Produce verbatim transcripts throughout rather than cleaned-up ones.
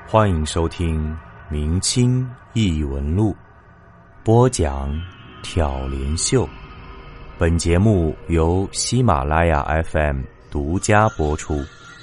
欢迎收听《明清异闻录》，播讲挑帘秀。本节目由喜马拉雅 F M 独家播出。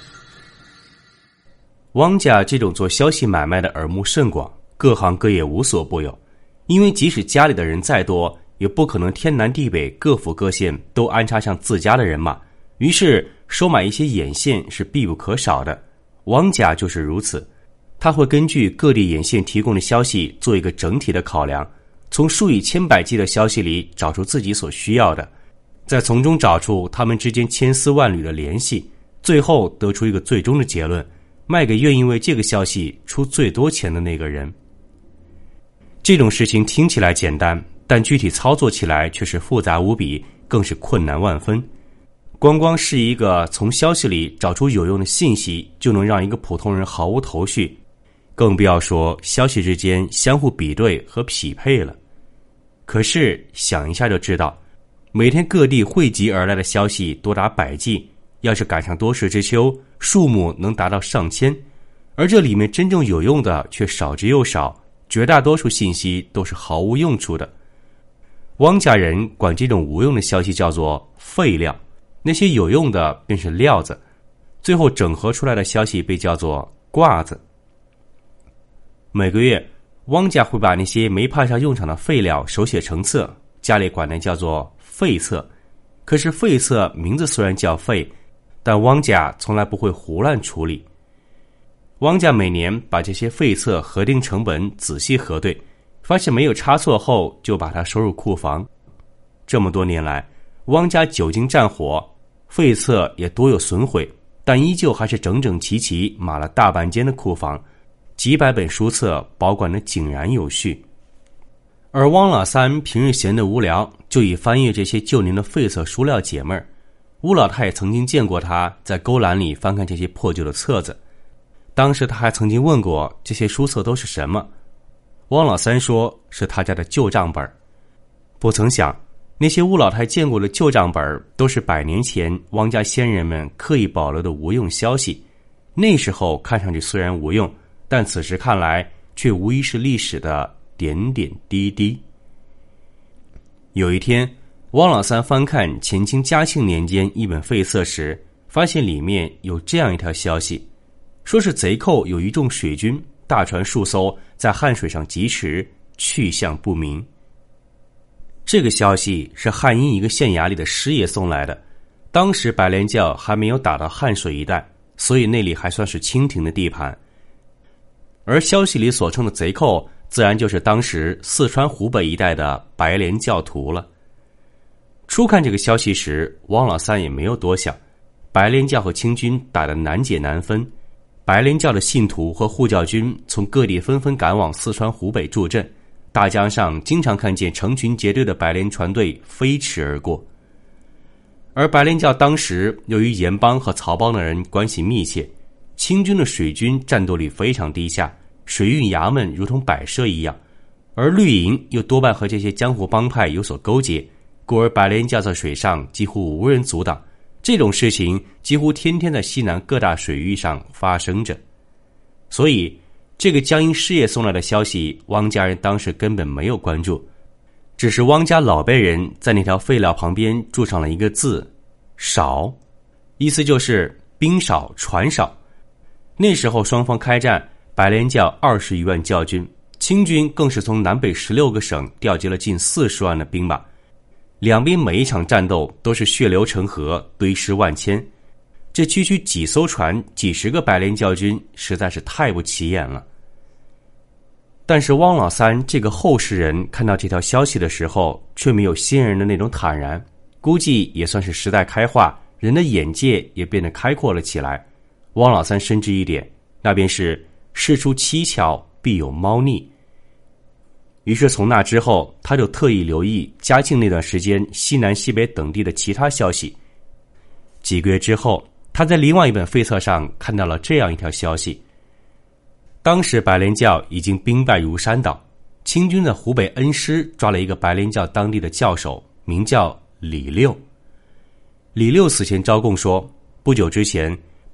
汪家这种做消息买卖的耳目甚广，各行各业无所不有。因为即使家里的人再多，也不可能天南地北各府各县都安插上自家的人马，于是收买一些眼线是必不可少的。汪家就是如此，他会根据各地眼线提供的消息做一个整体的考量，从数以千百计的消息里找出自己所需要的，再从中找出他们之间千丝万缕的联系，最后得出一个最终的结论，卖给愿意为这个消息出最多钱的那个人。这种事情听起来简单，但具体操作起来却是复杂无比，更是困难万分。光光是一个从消息里找出有用的信息，就能让一个普通人毫无头绪，更不要说消息之间相互比对和匹配了。可是想一下就知道，每天各地汇集而来的消息多达百计，要是赶上多事之秋，数目能达到上千，而这里面真正有用的却少之又少，绝大多数信息都是毫无用处的。汪家人管这种无用的消息叫做废料，那些有用的便是料子，最后整合出来的消息被叫做褂子。每个月汪家会把那些没派上用场的废料手写成册，家里管那叫做废册。可是废册名字虽然叫废，但汪家从来不会胡乱处理。汪家每年把这些废册核定成本仔细核对，发现没有差错后就把它收入库房。这么多年来，汪家久经战火，废册也多有损毁，但依旧还是整整齐齐码了大半间的库房，几百本书册保管得井然有序。而汪老三平日闲得无聊，就以翻阅这些旧年的废册书料解闷儿。吴老太也曾经见过他在勾栏里翻看这些破旧的册子，当时他还曾经问过这些书册都是什么，汪老三说是他家的旧账本。不曾想那些吴老太见过的旧账本都是百年前汪家先人们刻意保留的无用消息，那时候看上去虽然无用，但此时看来却无疑是历史的点点滴滴。有一天，汪老三翻看前清嘉庆年间一本废册时，发现里面有这样一条消息，说是贼寇有一众水军，大船数艘在汉水上疾驰，去向不明。这个消息是汉阴一个县衙里的师爷送来的，当时白莲教还没有打到汉水一带，所以那里还算是清廷的地盘。而消息里所称的贼寇，自然就是当时四川湖北一带的白莲教徒了。初看这个消息时，汪老三也没有多想，白莲教和清军打得难解难分，白莲教的信徒和护教军从各地纷纷赶往四川湖北助阵，大江上经常看见成群结队的白莲船队飞驰而过。而白莲教当时由于盐帮和曹帮的人关系密切，清军的水军战斗力非常低下，水运衙门如同摆设一样，而绿营又多半和这些江湖帮派有所勾结，故而白莲教在水上几乎无人阻挡。这种事情几乎天天在西南各大水域上发生着，所以这个江阴师爷送来的消息，汪家人当时根本没有关注，只是汪家老辈人在那条废料旁边注上了一个字少，意思就是兵少船少。那时候双方开战，白莲教二十余万教军，清军更是从南北十六个省调集了近四十万的兵马，两边每一场战斗都是血流成河，堆尸万千，这区区几艘船几十个白莲教军实在是太不起眼了。但是汪老三这个后世人看到这条消息的时候，却没有先人的那种坦然，估计也算是时代开化，人的眼界也变得开阔了起来。汪老三深知一点，那便是事出蹊跷必有猫腻。于是从那之后，他就特意留意嘉庆那段时间西南西北等地的其他消息。几个月之后，他在另外一本废册上看到了这样一条消息，当时白莲教已经兵败如山倒，清军的湖北恩施抓了一个白莲教当地的教首，名叫李六。李六死前招供说，不久之前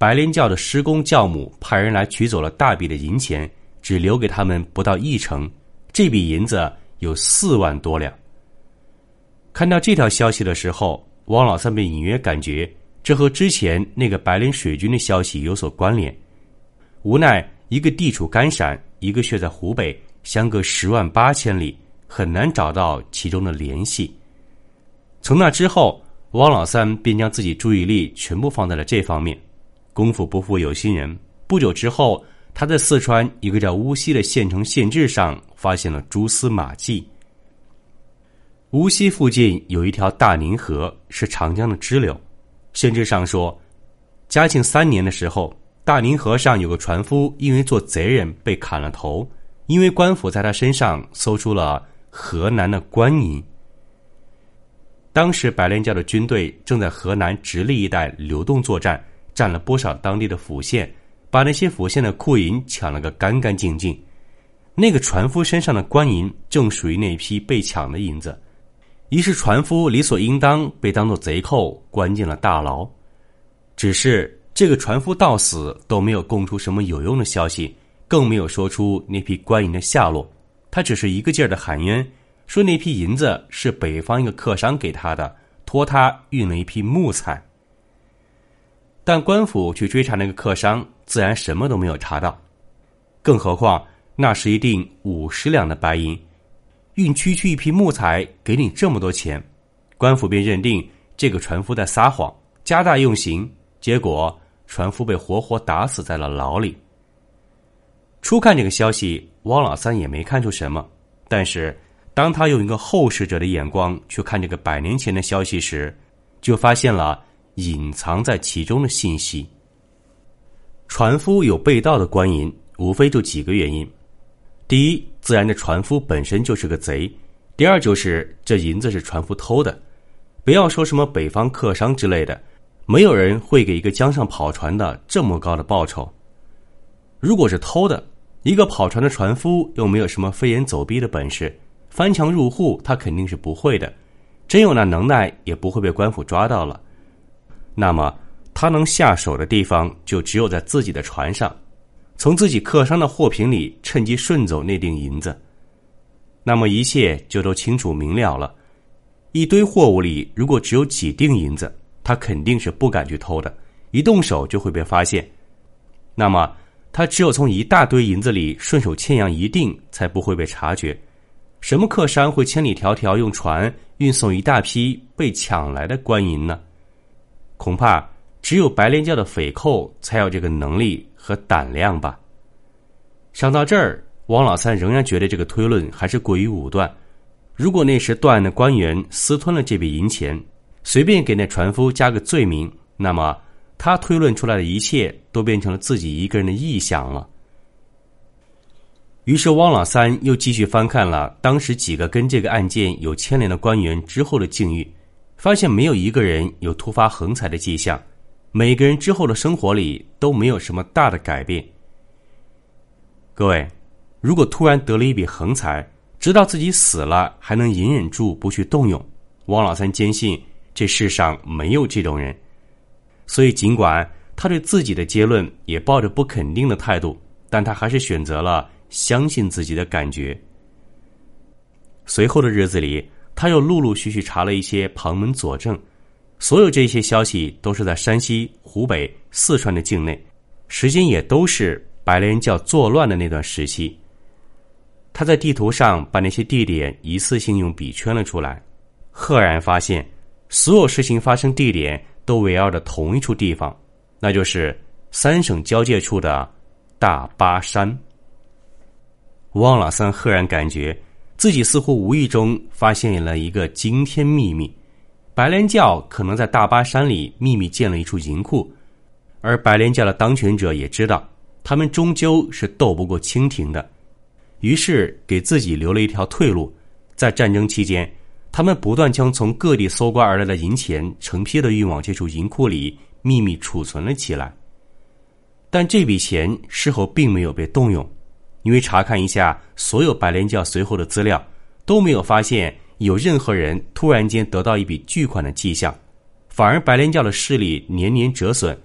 白莲教的施工教母派人来取走了大笔的银钱，只留给他们不到一成，这笔银子有四万多两。看到这条消息的时候，汪老三便隐约感觉这和之前那个白莲水军的消息有所关联。无奈一个地处甘陕，一个却在湖北，相隔十万八千里，很难找到其中的联系。从那之后，汪老三便将自己注意力全部放在了这方面。功夫不负有心人，不久之后，他在四川一个叫无锡的县城县志上发现了蛛丝马迹。无锡附近有一条大宁河，是长江的支流。县志上说，嘉庆三年的时候，大宁河上有个船夫因为做贼人被砍了头，因为官府在他身上搜出了河南的官银。当时白莲教的军队正在河南直隶一带流动作战，占了不少当地的府县，把那些府县的库银抢了个干干净净。那个船夫身上的官银正属于那批被抢的银子，于是船夫理所应当被当作贼寇关进了大牢。只是这个船夫到死都没有供出什么有用的消息，更没有说出那批官银的下落。他只是一个劲儿的喊冤，说那批银子是北方一个客商给他的，托他运了一批木材。但官府去追查那个客商，自然什么都没有查到。更何况那是一锭五十两的白银，运区区一批木材给你这么多钱，官府便认定这个船夫在撒谎，加大用刑，结果船夫被活活打死在了牢里。初看这个消息，汪老三也没看出什么，但是当他用一个后世者的眼光去看这个百年前的消息时，就发现了隐藏在其中的信息。船夫有被盗的官银，无非就几个原因。第一，自然这船夫本身就是个贼；第二，就是这银子是船夫偷的。不要说什么北方客商之类的，没有人会给一个江上跑船的这么高的报酬。如果是偷的，一个跑船的船夫又没有什么飞檐走壁的本事，翻墙入户他肯定是不会的，真有那能耐也不会被官府抓到了。那么他能下手的地方就只有在自己的船上，从自己客商的货品里趁机顺走那锭银子。那么一切就都清楚明了了。一堆货物里如果只有几锭银子，他肯定是不敢去偷的，一动手就会被发现。那么他只有从一大堆银子里顺手牵羊一锭，才不会被察觉。什么客商会千里迢迢用船运送一大批被抢来的官银呢？恐怕只有白莲教的匪寇才有这个能力和胆量吧。想到这儿，汪老三仍然觉得这个推论还是过于武断。如果那时断案的官员私吞了这笔银钱，随便给那船夫加个罪名，那么他推论出来的一切都变成了自己一个人的臆想了。于是汪老三又继续翻看了当时几个跟这个案件有牵连的官员之后的境遇，发现没有一个人有突发横财的迹象，每个人之后的生活里都没有什么大的改变。各位，如果突然得了一笔横财，直到自己死了还能隐忍住不去动用，汪老三坚信这世上没有这种人。所以尽管他对自己的结论也抱着不肯定的态度，但他还是选择了相信自己的感觉。随后的日子里，他又陆陆续续查了一些旁门左证，所有这些消息都是在山西、湖北、四川的境内，时间也都是白莲教作乱的那段时期。他在地图上把那些地点一次性用笔圈了出来，赫然发现所有事情发生地点都围绕着同一处地方，那就是三省交界处的大巴山。汪老三赫然感觉自己似乎无意中发现了一个惊天秘密，白莲教可能在大巴山里秘密建了一处银库，而白莲教的当权者也知道他们终究是斗不过清廷的，于是给自己留了一条退路。在战争期间，他们不断将从各地搜刮而来的银钱成批的运往这处银库里秘密储存了起来。但这笔钱事后并没有被动用，因为查看一下所有白莲教随后的资料，都没有发现有任何人突然间得到一笔巨款的迹象，反而白莲教的势力年年折损，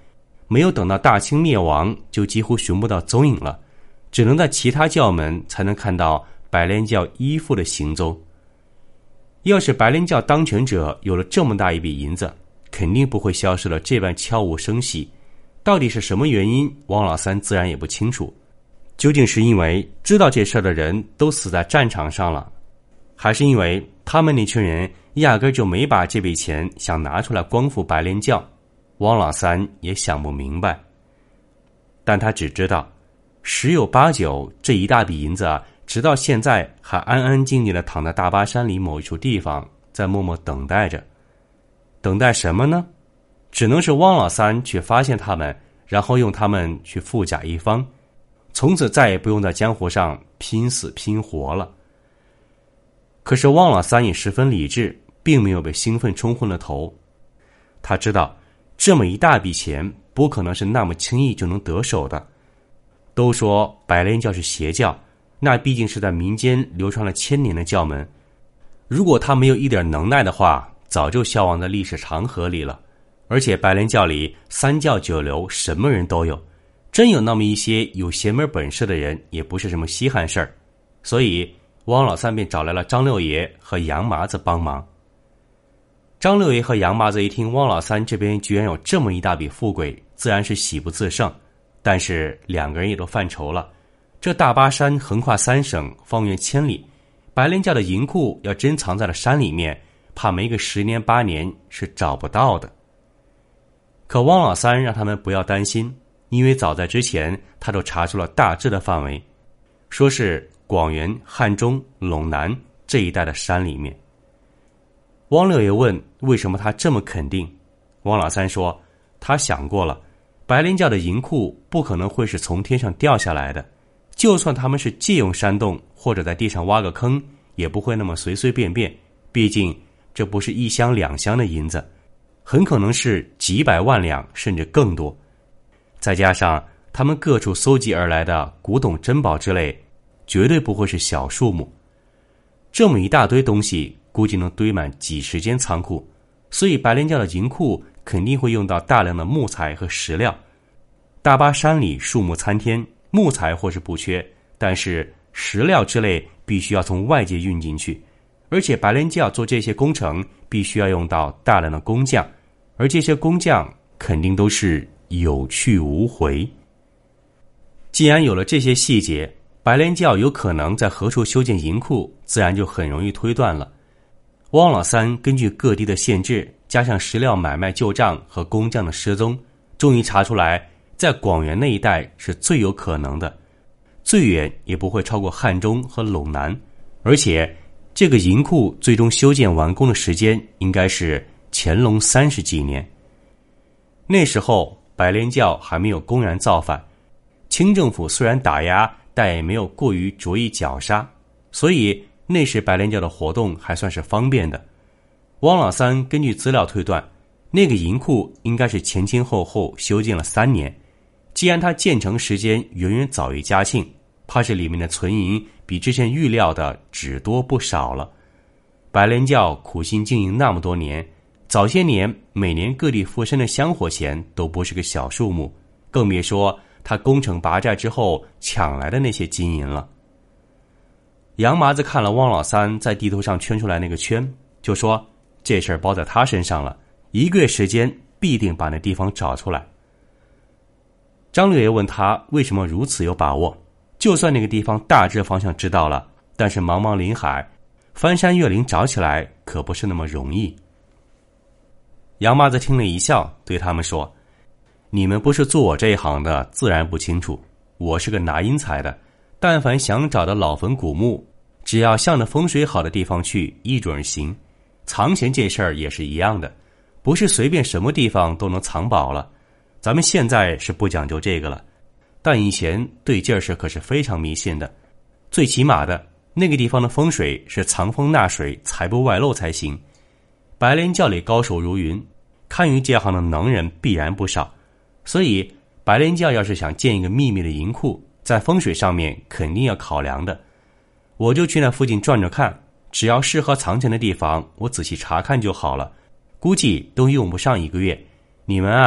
没有等到大清灭亡，就几乎寻不到踪影了，只能在其他教门才能看到白莲教依附的行踪。要是白莲教当权者有了这么大一笔银子，肯定不会消失了这般悄无声息。到底是什么原因，汪老三自然也不清楚。究竟是因为知道这事儿的人都死在战场上了，还是因为他们那群人压根就没把这笔钱想拿出来光复白莲教，汪老三也想不明白。但他只知道十有八九这一大笔银子啊，直到现在还安安静静地躺在大巴山里某一处地方，在默默等待着。等待什么呢？只能是汪老三去发现他们，然后用他们去富甲一方，从此再也不用在江湖上拼死拼活了。可是汪老三也十分理智，并没有被兴奋冲昏了头。他知道这么一大笔钱不可能是那么轻易就能得手的。都说白莲教是邪教，那毕竟是在民间流传了千年的教门，如果他没有一点能耐的话，早就消亡在历史长河里了。而且白莲教里三教九流什么人都有，真有那么一些有邪门本事的人，也不是什么稀罕事儿。所以汪老三便找来了张六爷和杨麻子帮忙。张六爷和杨麻子一听汪老三这边居然有这么一大笔富贵，自然是喜不自胜，但是两个人也都犯愁了。这大巴山横跨三省，方圆千里，白莲教的银库要真藏在了山里面，怕没个十年八年是找不到的。可汪老三让他们不要担心，因为早在之前他都查出了大致的范围，说是广元、汉中、陇南这一带的山里面。汪六爷问为什么他这么肯定，汪老三说他想过了，白莲教的银库不可能会是从天上掉下来的，就算他们是借用山洞或者在地上挖个坑，也不会那么随随便便，毕竟这不是一箱两箱的银子，很可能是几百万两甚至更多。再加上他们各处搜集而来的古董珍宝之类，绝对不会是小数目。这么一大堆东西估计能堆满几十间仓库，所以白莲教的银库肯定会用到大量的木材和石料。大巴山里树木参天，木材或是不缺，但是石料之类必须要从外界运进去，而且白莲教做这些工程必须要用到大量的工匠，而这些工匠肯定都是有去无回。既然有了这些细节，白莲教有可能在何处修建银库，自然就很容易推断了。汪老三根据各地的县志，加上石料买卖旧账和工匠的失踪，终于查出来在广元那一带是最有可能的，最远也不会超过汉中和陇南，而且这个银库最终修建完工的时间应该是乾隆三十几年。那时候白莲教还没有公然造反，清政府虽然打压，但也没有过于着意绞杀，所以那时白莲教的活动还算是方便的。汪老三根据资料推断，那个银库应该是前前后后修建了三年。既然它建成时间远远早于嘉庆，怕是里面的存银比之前预料的只多不少了。白莲教苦心经营那么多年，早些年每年各地附身的香火钱都不是个小数目，更别说他攻城拔寨之后抢来的那些金银了。杨麻子看了汪老三在地图上圈出来那个圈，就说这事儿包在他身上了，一个月时间必定把那地方找出来。张六爷问他为什么如此有把握，就算那个地方大致方向知道了，但是茫茫林海，翻山越岭找起来可不是那么容易。杨麻子听了一笑，对他们说，你们不是做我这一行的，自然不清楚，我是个拿阴财的，但凡想找的老坟古墓，只要向着风水好的地方去，一准行。藏钱这事儿也是一样的，不是随便什么地方都能藏宝了。咱们现在是不讲究这个了，但以前对劲儿是可是非常迷信的。最起码的，那个地方的风水是藏风纳水，财不外露才行。白莲教里高手如云，看于这行的能人必然不少，所以白莲教要是想建一个秘密的银库，在风水上面肯定要考量的。我就去那附近转转看，只要适合藏钱的地方，我仔细查看就好了，估计都用不上一个月。你们啊，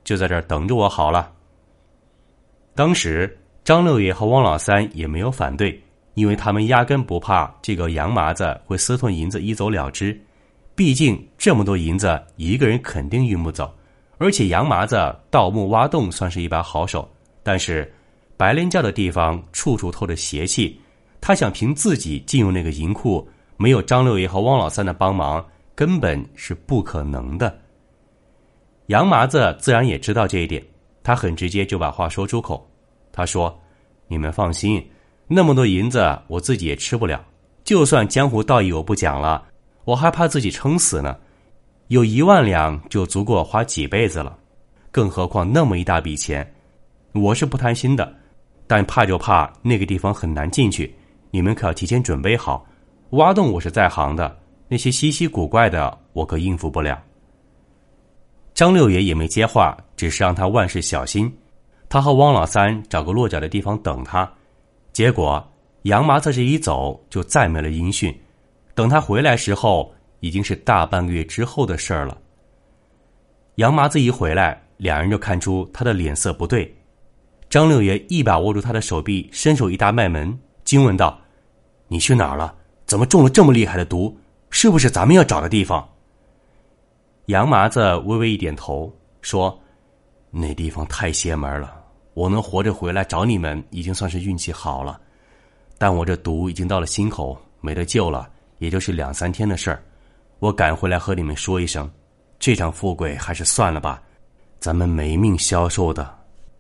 就在这儿等着我好了。当时张六爷和汪老三也没有反对，因为他们压根不怕这个杨麻子会私吞银子一走了之，毕竟这么多银子一个人肯定运不走，而且杨麻子盗墓挖洞算是一把好手，但是白莲教的地方处处透着邪气，他想凭自己进入那个银库，没有张六爷和汪老三的帮忙根本是不可能的。杨麻子自然也知道这一点，他很直接就把话说出口。他说，你们放心，那么多银子我自己也吃不了，就算江湖道义我不讲了，我还怕自己撑死呢。有一万两就足够我花几辈子了，更何况那么一大笔钱。我是不贪心的，但怕就怕那个地方很难进去，你们可要提前准备好。挖洞我是在行的，那些稀奇古怪的我可应付不了。张六爷也没接话，只是让他万事小心。他和汪老三找个落脚的地方等他，结果杨麻子这一走就再没了音讯，等他回来时候已经是大半个月之后的事儿了。杨麻子一回来，两人就看出他的脸色不对。张六爷一把握住他的手臂，伸手一搭脉门，惊问道，你去哪儿了？怎么中了这么厉害的毒？是不是咱们要找的地方？杨麻子微微一点头，说，那地方太邪门了，我能活着回来找你们已经算是运气好了，但我这毒已经到了心口，没得救了，也就是两三天的事儿。我赶回来和你们说一声，这场富贵还是算了吧，咱们没命消受的。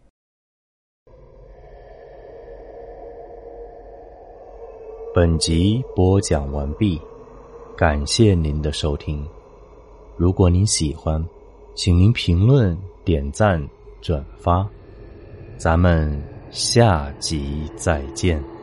本集播讲完毕，感谢您的收听。如果您喜欢，请您评论、点赞、转发。咱们下集再见。